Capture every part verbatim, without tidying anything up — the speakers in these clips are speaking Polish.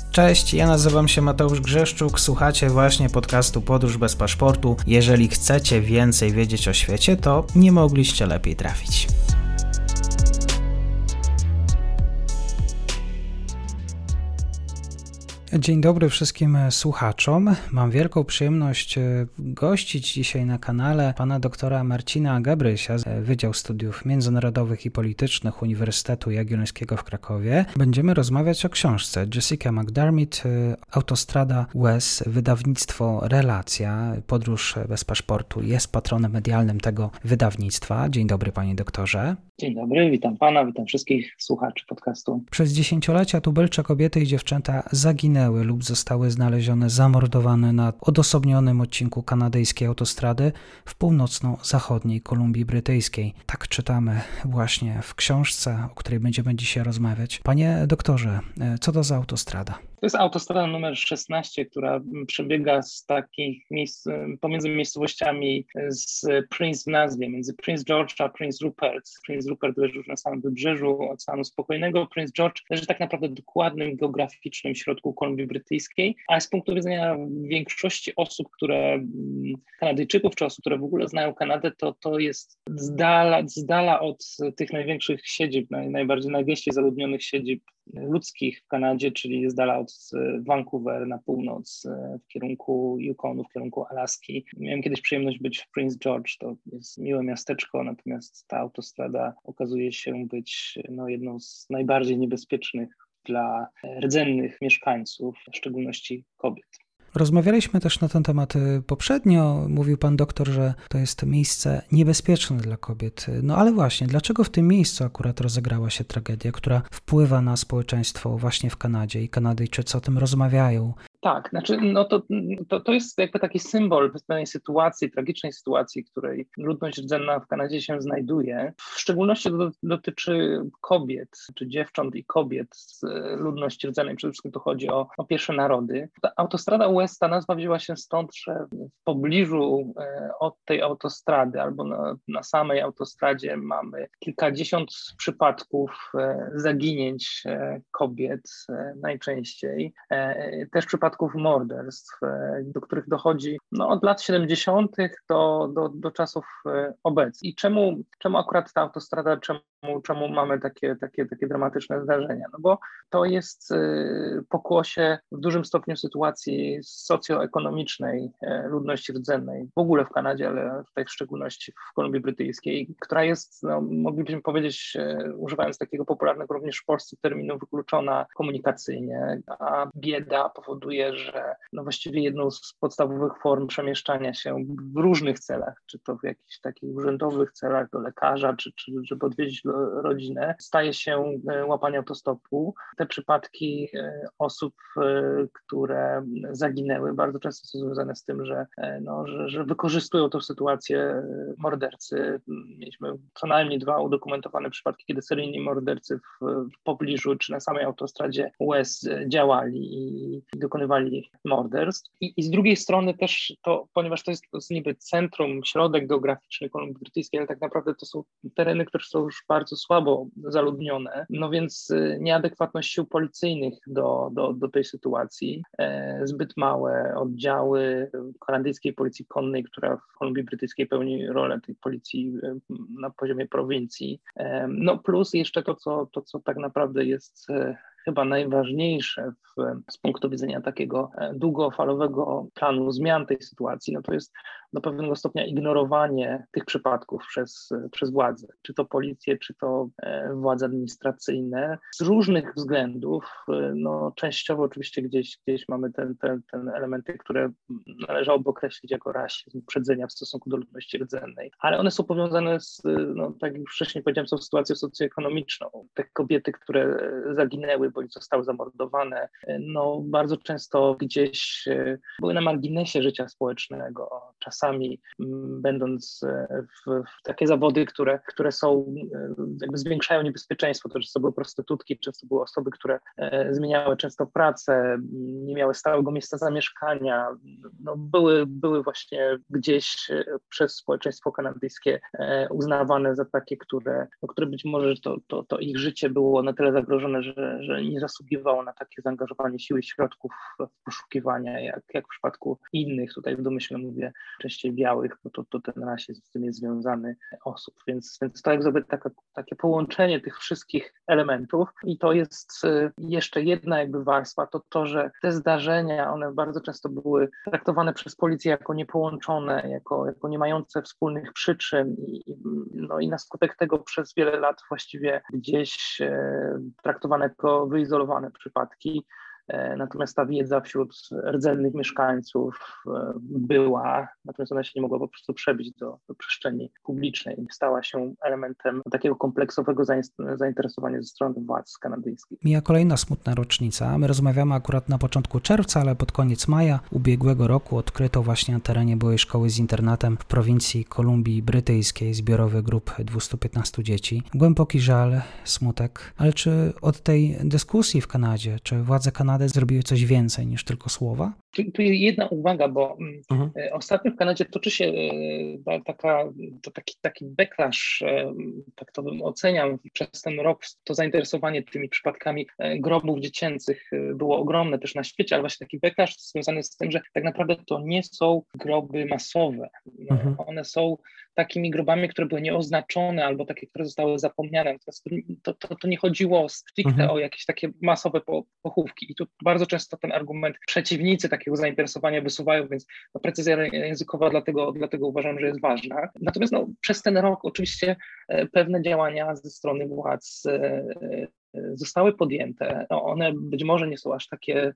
Cześć, ja nazywam się Mateusz Grzeszczuk, słuchacie właśnie podcastu Podróż bez paszportu. Jeżeli chcecie więcej wiedzieć o świecie, to nie mogliście lepiej trafić. Dzień dobry wszystkim słuchaczom. Mam wielką przyjemność gościć dzisiaj na kanale pana doktora Marcina Gabrysia z Wydziału Studiów Międzynarodowych i Politycznych Uniwersytetu Jagiellońskiego w Krakowie. Będziemy rozmawiać o książce Jessica McDermott, Autostrada U S, wydawnictwo Relacja, Podróż bez paszportu jest patronem medialnym tego wydawnictwa. Dzień dobry panie doktorze. Dzień dobry, witam pana, witam wszystkich słuchaczy podcastu. Przez dziesięciolecia tubylcze kobiety i dziewczęta zaginęły lub zostały znalezione zamordowane na odosobnionym odcinku kanadyjskiej autostrady w północno-zachodniej Kolumbii Brytyjskiej. Tak czytamy właśnie w książce, o której będziemy dzisiaj rozmawiać. Panie doktorze, co to za autostrada? To jest autostrada numer szesnaście, która przebiega z takich miejsc, pomiędzy miejscowościami z Prince w nazwie, między Prince George a Prince Rupert. Prince Rupert leży już na samym wybrzeżu Oceanu Spokojnego. Prince George leży tak naprawdę w dokładnym geograficznym środku Kolumbii Brytyjskiej, a z punktu widzenia większości osób, które, Kanadyjczyków czy osób, które w ogóle znają Kanadę, to to jest z dala, z dala od tych największych siedzib, naj, najbardziej najgęściej zaludnionych siedzib ludzkich w Kanadzie, czyli z dala od Vancouver na północ, w kierunku Yukonu, w kierunku Alaski. Miałem kiedyś przyjemność być w Prince George, to jest miłe miasteczko, natomiast ta autostrada okazuje się być no, jedną z najbardziej niebezpiecznych dla rdzennych mieszkańców, w szczególności kobiet. Rozmawialiśmy też na ten temat poprzednio. Mówił pan doktor, że to jest miejsce niebezpieczne dla kobiet. No ale właśnie, dlaczego w tym miejscu akurat rozegrała się tragedia, która wpływa na społeczeństwo właśnie w Kanadzie i Kanadyjczycy o tym rozmawiają? Tak, znaczy no to, to, to jest jakby taki symbol pewnej sytuacji, tragicznej sytuacji, w której ludność rdzenna w Kanadzie się znajduje. W szczególności to dotyczy kobiet, czy dziewcząt i kobiet z ludności rdzennej. Przede wszystkim to chodzi o, o pierwsze narody. Ta autostrada U S, ta nazwa wzięła się stąd, że w pobliżu od tej autostrady albo na, na samej autostradzie mamy kilkadziesiąt przypadków zaginięć kobiet najczęściej. Też przypadków morderstw, do których dochodzi no, od lat siedemdziesiątych do, do, do czasów obecnych. I czemu, czemu akurat ta autostrada, czemu, czemu mamy takie, takie, takie dramatyczne zdarzenia? No bo to jest pokłosie w dużym stopniu sytuacji socjoekonomicznej ludności rdzennej, w ogóle w Kanadzie, ale tutaj w szczególności w Kolumbii Brytyjskiej, która jest, no, moglibyśmy powiedzieć, używając takiego popularnego również w Polsce terminu, wykluczona komunikacyjnie, a bieda powoduje, że no właściwie jedną z podstawowych form przemieszczania się w różnych celach, czy to w jakichś takich urzędowych celach do lekarza, czy, czy żeby odwiedzić rodzinę, staje się łapanie autostopu. Te przypadki osób, które zaginęły, bardzo często są związane z tym, że, no, że, że wykorzystują tę sytuację mordercy. Mieliśmy co najmniej dwa udokumentowane przypadki, kiedy seryjni mordercy w, w pobliżu, czy na samej autostradzie U S działali i dokonywali morderstw. I, I z drugiej strony też to, ponieważ to jest, to jest niby centrum, środek geograficzny Kolumbii Brytyjskiej, ale tak naprawdę to są tereny, które są już bardzo słabo zaludnione, no więc nieadekwatność sił policyjnych do, do, do tej sytuacji, e, zbyt małe oddziały kanadyjskiej policji konnej, która w Kolumbii Brytyjskiej pełni rolę tej policji na poziomie prowincji, e, no plus jeszcze to, co, to, co tak naprawdę jest e, chyba najważniejsze w, z punktu widzenia takiego długofalowego planu zmian tej sytuacji, no to jest do pewnego stopnia ignorowanie tych przypadków przez, przez władze, czy to policję, czy to władze administracyjne. Z różnych względów, no częściowo oczywiście gdzieś, gdzieś mamy te, te, te elementy, które należałoby określić jako rasizm, uprzedzenia w stosunku do ludności rdzennej, ale one są powiązane z, no tak jak już wcześniej powiedziałem, są sytuacją socjoekonomiczną. Te kobiety, które zaginęły, bądź zostały zamordowane, no bardzo często gdzieś były na marginesie życia społecznego. czasami będąc w, w takie zawody, które, które są, jakby zwiększają niebezpieczeństwo. To często były prostytutki, często były osoby, które zmieniały często pracę, nie miały stałego miejsca zamieszkania. No, były, były właśnie gdzieś przez społeczeństwo kanadyjskie uznawane za takie, które, no, które być może to, to, to ich życie było na tyle zagrożone, że, że nie zasługiwało na takie zaangażowanie siły i środków w poszukiwania, jak, jak w przypadku innych, tutaj w domyśle mówię częściej białych, bo to, to ten rasizm z tym jest związany osób, więc, więc to jakby taka, takie połączenie tych wszystkich elementów i to jest jeszcze jedna jakby warstwa, to to, że te zdarzenia, one bardzo często były traktowane przez policję jako niepołączone, jako, jako nie mające wspólnych przyczyn i, no i na skutek tego przez wiele lat właściwie gdzieś e, traktowane jako wyizolowane przypadki. Natomiast ta wiedza wśród rdzennych mieszkańców była, natomiast ona się nie mogła po prostu przebić do, do przestrzeni publicznej. Stała się elementem takiego kompleksowego zainteresowania ze strony władz kanadyjskich. Mija kolejna smutna rocznica. My rozmawiamy akurat na początku czerwca, ale pod koniec maja ubiegłego roku odkryto właśnie na terenie byłej szkoły z internatem w prowincji Kolumbii Brytyjskiej zbiorowy grób dwustu piętnastu dzieci. Głęboki żal, smutek. Ale czy od tej dyskusji w Kanadzie, czy władze Kanady zrobiły coś więcej niż tylko słowa? Tu, tu jedna uwaga, bo Mhm. ostatnio w Kanadzie toczy się taka, to taki, taki backlash, tak to bym oceniał przez ten rok, to zainteresowanie tymi przypadkami grobów dziecięcych było ogromne też na świecie, ale właśnie taki backlash związany z tym, że tak naprawdę to nie są groby masowe. Mhm. One są takimi grobami, które były nieoznaczone albo takie, które zostały zapomniane. To, to, to nie chodziło stricte mhm. o jakieś takie masowe po, pochówki i tu bardzo często ten argument przeciwnicy takiego zainteresowania wysuwają, więc no, precyzja językowa dlatego, dlatego uważam, że jest ważna. Natomiast no, przez ten rok oczywiście e, pewne działania ze strony władz e, e, zostały podjęte. No, one być może nie są aż takie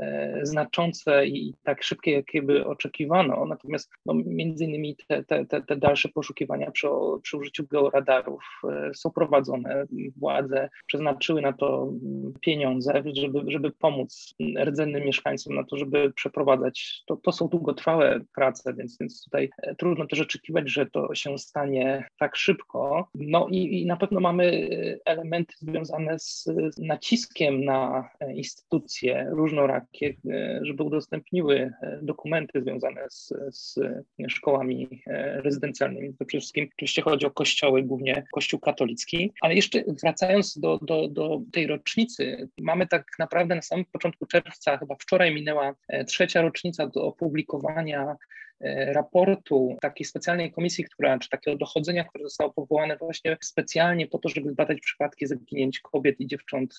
znaczące i tak szybkie, jakie by oczekiwano. Natomiast no, między innymi te, te, te, te dalsze poszukiwania przy, przy użyciu georadarów są prowadzone. Władze przeznaczyły na to pieniądze, żeby, żeby pomóc rdzennym mieszkańcom na to, żeby przeprowadzać. To, to są długotrwałe prace, więc, więc tutaj trudno też oczekiwać, że to się stanie tak szybko. No i, i na pewno mamy elementy związane z, z naciskiem na instytucje różnorakie, żeby udostępniły dokumenty związane z, z szkołami rezydencjalnymi. To przede wszystkim oczywiście chodzi o kościoły, głównie Kościół katolicki, ale jeszcze wracając do, do, do tej rocznicy, mamy tak naprawdę na samym początku czerwca, chyba wczoraj minęła trzecia rocznica do opublikowania raportu takiej specjalnej komisji, która, czy takiego dochodzenia, które zostało powołane właśnie specjalnie po to, żeby zbadać przypadki zaginięć kobiet i dziewcząt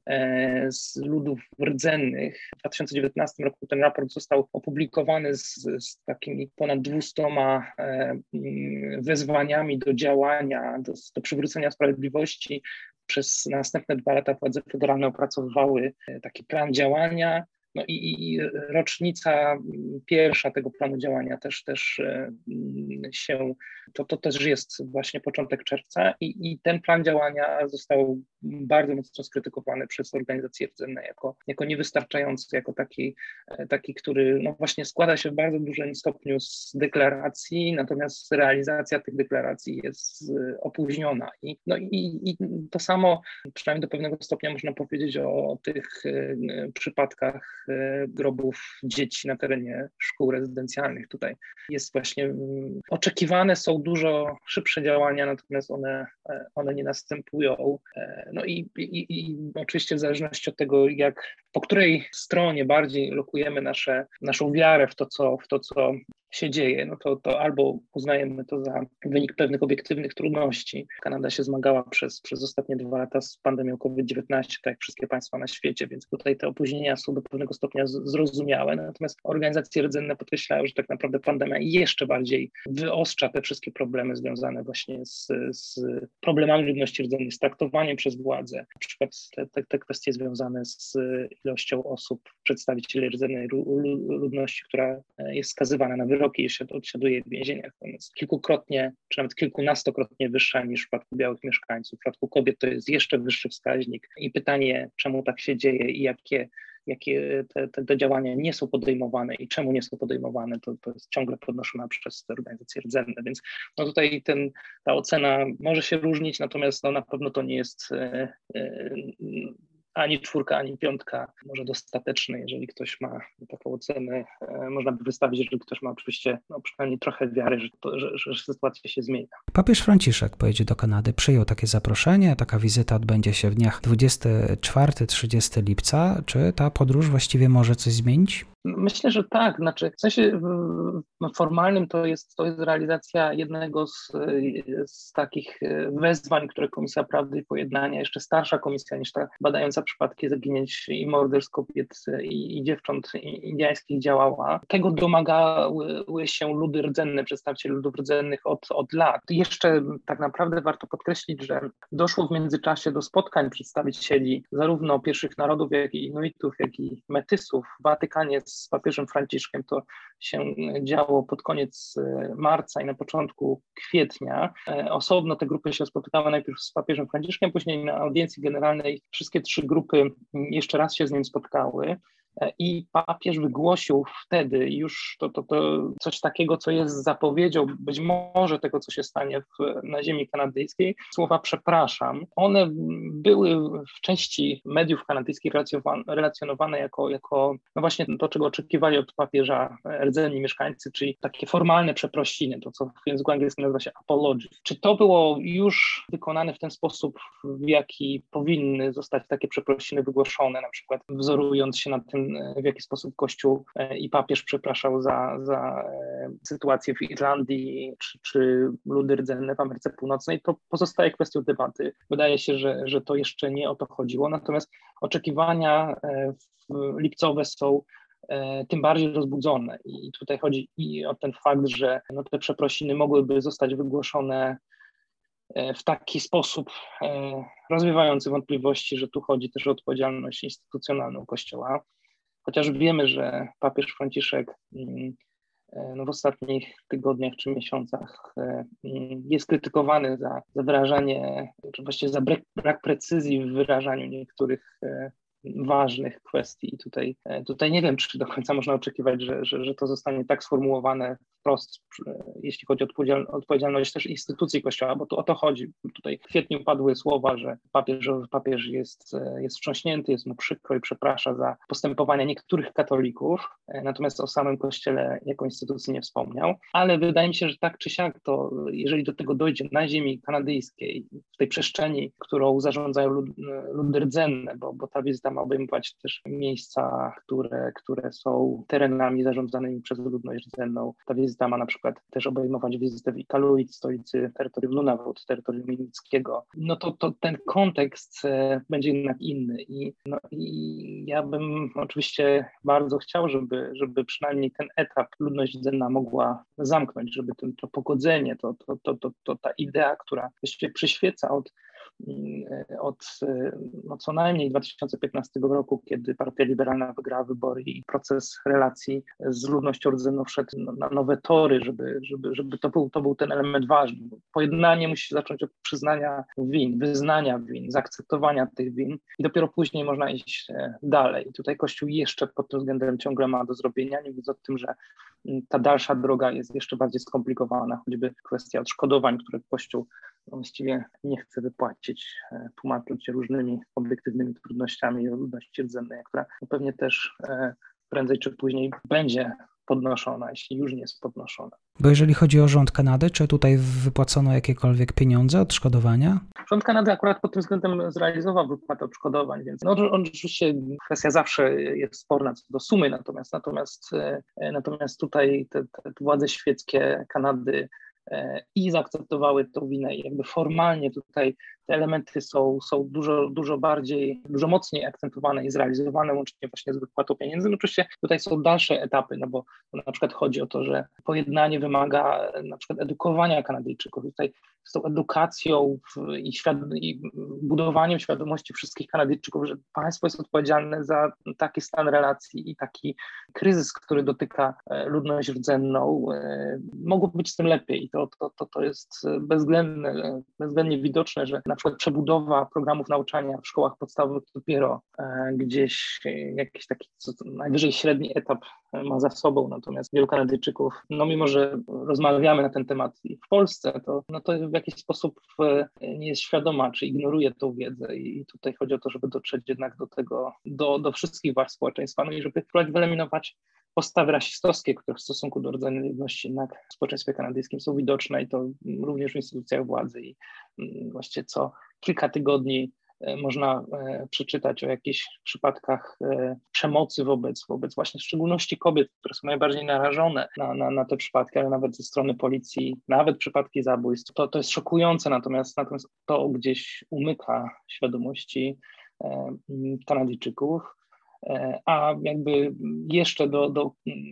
z ludów rdzennych. W dwa tysiące dziewiętnastym roku ten raport został opublikowany z, z takimi ponad dwustoma wezwaniami do działania, do, do przywrócenia sprawiedliwości. Przez następne dwa lata władze federalne opracowywały taki plan działania. No i, i rocznica pierwsza tego planu działania też, też się, to, to też jest właśnie początek czerwca i, i ten plan działania został bardzo mocno skrytykowany przez organizacje rdzenne jako, jako niewystarczający, jako taki, taki, który no właśnie składa się w bardzo dużym stopniu z deklaracji, natomiast realizacja tych deklaracji jest opóźniona. I, no i, i to samo, przynajmniej do pewnego stopnia można powiedzieć o tych przypadkach grobów dzieci na terenie szkół rezydencjalnych. Tutaj jest właśnie, oczekiwane są dużo szybsze działania, natomiast one, one nie następują. No i, i, i oczywiście w zależności od tego, jak, po której stronie bardziej lokujemy nasze, naszą wiarę w to, co, w to, co się dzieje, no to, to albo uznajemy to za wynik pewnych obiektywnych trudności. Kanada się zmagała przez, przez ostatnie dwa lata z pandemią COVID dziewiętnaście, tak jak wszystkie państwa na świecie, więc tutaj te opóźnienia są do pewnego stopnia zrozumiałe. Natomiast organizacje rdzenne podkreślają, że tak naprawdę pandemia jeszcze bardziej wyostrza te wszystkie problemy związane właśnie z, z problemami ludności rdzennej, z traktowaniem przez władze. Na przykład te, te, te kwestie związane z ilością osób, przedstawicieli rdzennej ludności, która jest skazywana na wyroki, jeśli odsiaduje w więzieniach. To jest kilkukrotnie, czy nawet kilkunastokrotnie wyższa niż w przypadku białych mieszkańców. W przypadku kobiet to jest jeszcze wyższy wskaźnik. I pytanie, czemu tak się dzieje i jakie jakie te, te, te działania nie są podejmowane i czemu nie są podejmowane, to, to jest ciągle podnoszone przez te organizacje rdzenne, więc no tutaj ten, ta ocena może się różnić, natomiast no na pewno to nie jest e, e, ani czwórka, ani piątka może dostateczny, jeżeli ktoś ma taką ocenę. E, można by wystawić, jeżeli ktoś ma oczywiście no, przynajmniej trochę wiary, że, to, że, że sytuacja się zmienia. Papież Franciszek pojedzie do Kanady, przyjął takie zaproszenie, taka wizyta odbędzie się w dniach dwudziestego czwartego do trzydziestego lipca. Czy ta podróż właściwie może coś zmienić? Myślę, że tak. Znaczy, w sensie formalnym to jest, to jest realizacja jednego z, z takich wezwań, które Komisja Prawdy i Pojednania, jeszcze starsza komisja niż ta badająca przypadki zaginięć i morderstw kobiet i, i dziewcząt indyjskich działała. Tego domagały się ludy rdzenne, przedstawiciele ludów rdzennych od, od lat. Jeszcze tak naprawdę warto podkreślić, że doszło w międzyczasie do spotkań przedstawicieli zarówno pierwszych narodów, jak i Inuitów, jak i Metysów w Watykanie z papieżem Franciszkiem. To się działo pod koniec marca i na początku kwietnia. Osobno te grupy się spotykały najpierw z papieżem Franciszkiem, później na audiencji generalnej wszystkie trzy grupy jeszcze raz się z nim spotkały. I papież wygłosił wtedy już to, to, to coś takiego, co jest zapowiedzią być może tego, co się stanie w, na ziemi kanadyjskiej. Słowa przepraszam. One były w części mediów kanadyjskich relacjonowane jako, jako no właśnie to, czego oczekiwali od papieża rdzenni mieszkańcy, czyli takie formalne przeprosiny, to co w języku angielskim nazywa się apology. Czy to było już wykonane w ten sposób, w jaki powinny zostać takie przeprosiny wygłoszone, na przykład wzorując się na tym, w jaki sposób Kościół i papież przepraszał za, za sytuację w Irlandii czy, czy ludy rdzenne w Ameryce Północnej, to pozostaje kwestią debaty. Wydaje się, że, że to jeszcze nie o to chodziło, natomiast oczekiwania lipcowe są tym bardziej rozbudzone i tutaj chodzi i o ten fakt, że no te przeprosiny mogłyby zostać wygłoszone w taki sposób rozwiewający wątpliwości, że tu chodzi też o odpowiedzialność instytucjonalną Kościoła. Chociaż wiemy, że papież Franciszek no, w ostatnich tygodniach czy miesiącach jest krytykowany za, za wyrażanie, czy właściwie za brak, brak precyzji w wyrażaniu niektórych ważnych kwestii. I tutaj, tutaj nie wiem, czy do końca można oczekiwać, że, że, że to zostanie tak sformułowane wprost, jeśli chodzi o odpowiedzialność też instytucji Kościoła, bo tu o to chodzi. Tutaj w kwietniu padły słowa, że papież, papież jest, jest wstrząśnięty, jest mu przykro i przeprasza za postępowania niektórych katolików, natomiast o samym Kościele jako instytucji nie wspomniał. Ale wydaje mi się, że tak czy siak, to jeżeli do tego dojdzie na ziemi kanadyjskiej, w tej przestrzeni, którą zarządzają lud, ludy rdzenne, bo, bo ta wizyta ma obejmować też miejsca, które, które są terenami zarządzanymi przez ludność rdzenną. Ta wizyta ma na przykład też obejmować wizytę w Iqaluit, stolicy terytorium Nunavut, terytorium inuickiego. No to, to ten kontekst będzie jednak inny i, no, i ja bym oczywiście bardzo chciał, żeby, żeby przynajmniej ten etap ludność rdzenna mogła zamknąć, żeby ten, to pogodzenie, to, to, to, to, to ta idea, która właściwie przyświeca od od no, co najmniej dwa tysiące piętnastego roku, kiedy Partia Liberalna wygrała wybory i proces relacji z ludnością rdzenną wszedł na nowe tory, żeby, żeby, żeby to, był, to był ten element ważny. Pojednanie musi zacząć od przyznania win, wyznania win, zaakceptowania tych win i dopiero później można iść dalej. I tutaj Kościół jeszcze pod tym względem ciągle ma do zrobienia, nie mówiąc o tym, że ta dalsza droga jest jeszcze bardziej skomplikowana, choćby kwestia odszkodowań, które Kościół właściwie nie chce wypłacić, tłumacząc się różnymi obiektywnymi trudnościami ludności rdzennej, która pewnie też prędzej czy później będzie podnoszona, jeśli już nie jest podnoszona. Bo jeżeli chodzi o rząd Kanady, czy tutaj wypłacono jakiekolwiek pieniądze, odszkodowania? Rząd Kanady akurat pod tym względem zrealizował wypłatę odszkodowań, więc no, on, oczywiście kwestia zawsze jest sporna co do sumy, natomiast, natomiast, natomiast tutaj te, te władze świeckie Kanady i zaakceptowały tą winę i jakby formalnie tutaj te elementy są, są dużo, dużo bardziej, dużo mocniej akcentowane i zrealizowane łącznie właśnie z wypłatą pieniędzy. No oczywiście tutaj są dalsze etapy, no bo na przykład chodzi o to, że pojednanie wymaga na przykład edukowania Kanadyjczyków. Tutaj z tą edukacją i, świad- i budowaniem świadomości wszystkich Kanadyjczyków, że państwo jest odpowiedzialne za taki stan relacji i taki kryzys, który dotyka ludność rdzenną, mogło być z tym lepiej. To, to, to, to jest bezwzględne, bezwzględnie widoczne, że na przykład przebudowa programów nauczania w szkołach podstawowych dopiero gdzieś jakiś taki co, najwyżej średni etap ma za sobą, natomiast wielu Kanadyjczyków, no mimo że rozmawiamy na ten temat i w Polsce, to, no to w jakiś sposób nie jest świadoma, czy ignoruje tą wiedzę i tutaj chodzi o to, żeby dotrzeć jednak do tego, do, do wszystkich warstw społeczeństwa, no i żeby próbować wyeliminować postawy rasistowskie, które w stosunku do rdzennej ludności jednak w społeczeństwie kanadyjskim są widoczne i to również w instytucjach władzy i właściwie co kilka tygodni można przeczytać o jakichś przypadkach przemocy wobec, wobec właśnie w szczególności kobiet, które są najbardziej narażone na, na, na te przypadki, ale nawet ze strony policji, nawet przypadki zabójstw. To, to jest szokujące, natomiast, natomiast to gdzieś umyka świadomości Kanadyjczyków. A jakby jeszcze do, do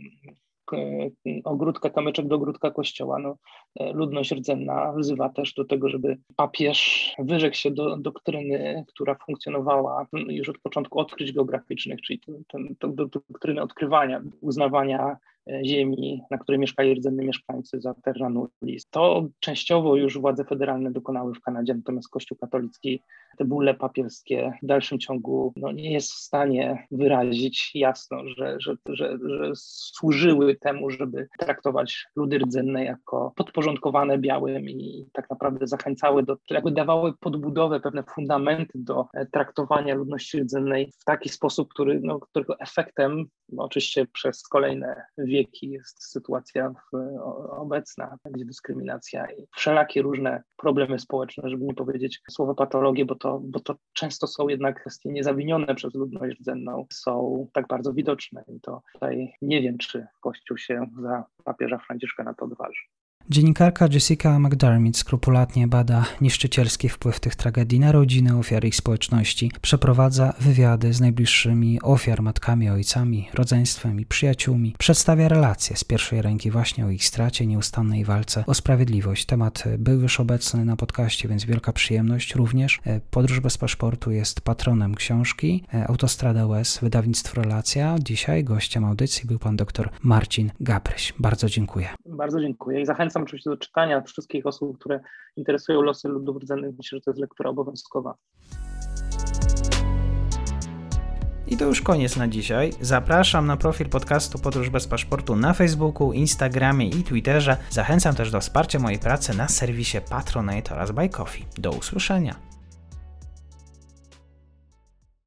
ogródka kamyczek, do ogródka kościoła, no, ludność rdzenna wzywa też do tego, żeby papież wyrzekł się do doktryny, która funkcjonowała już od początku odkryć geograficznych, czyli ten, ten, do doktryny odkrywania, uznawania ziemi, na której mieszkali rdzenni mieszkańcy za terra nullis. To częściowo już władze federalne dokonały w Kanadzie, natomiast Kościół katolicki te bulle papielskie w dalszym ciągu no, nie jest w stanie wyrazić jasno, że, że, że, że służyły temu, żeby traktować ludy rdzenne jako podporządkowane białym i tak naprawdę zachęcały do, jakby dawały podbudowę, pewne fundamenty do traktowania ludności rdzennej w taki sposób, który, no, którego efektem no, oczywiście przez kolejne wieki jest sytuacja w, obecna, gdzie dyskryminacja i wszelakie różne problemy społeczne, żeby nie powiedzieć słowo patologie, bo to, bo to często są jednak kwestie niezawinione przez ludność rdzenną, są tak bardzo widoczne i to tutaj nie wiem, czy Kościół się za papieża Franciszka na to odważy. Dziennikarka Jessica McDermott skrupulatnie bada niszczycielski wpływ tych tragedii na rodziny, ofiary ich społeczności, przeprowadza wywiady z najbliższymi ofiar, matkami, ojcami, rodzeństwem i przyjaciółmi, przedstawia relacje z pierwszej ręki właśnie o ich stracie, nieustannej walce o sprawiedliwość. Temat był już obecny na podcaście, więc wielka przyjemność również. Podróż bez paszportu jest patronem książki Autostrada Łez, wydawnictwo Relacja. Dzisiaj gościem audycji był pan dr Marcin Gabryś. Bardzo dziękuję. Bardzo dziękuję i zachęcam oczywiście do czytania wszystkich osób, które interesują losy ludów rdzennych. Myślę, że to jest lektura obowiązkowa. I to już koniec na dzisiaj. Zapraszam na profil podcastu Podróż bez paszportu na Facebooku, Instagramie i Twitterze. Zachęcam też do wsparcia mojej pracy na serwisie Patronite oraz Buy Coffee. Do usłyszenia.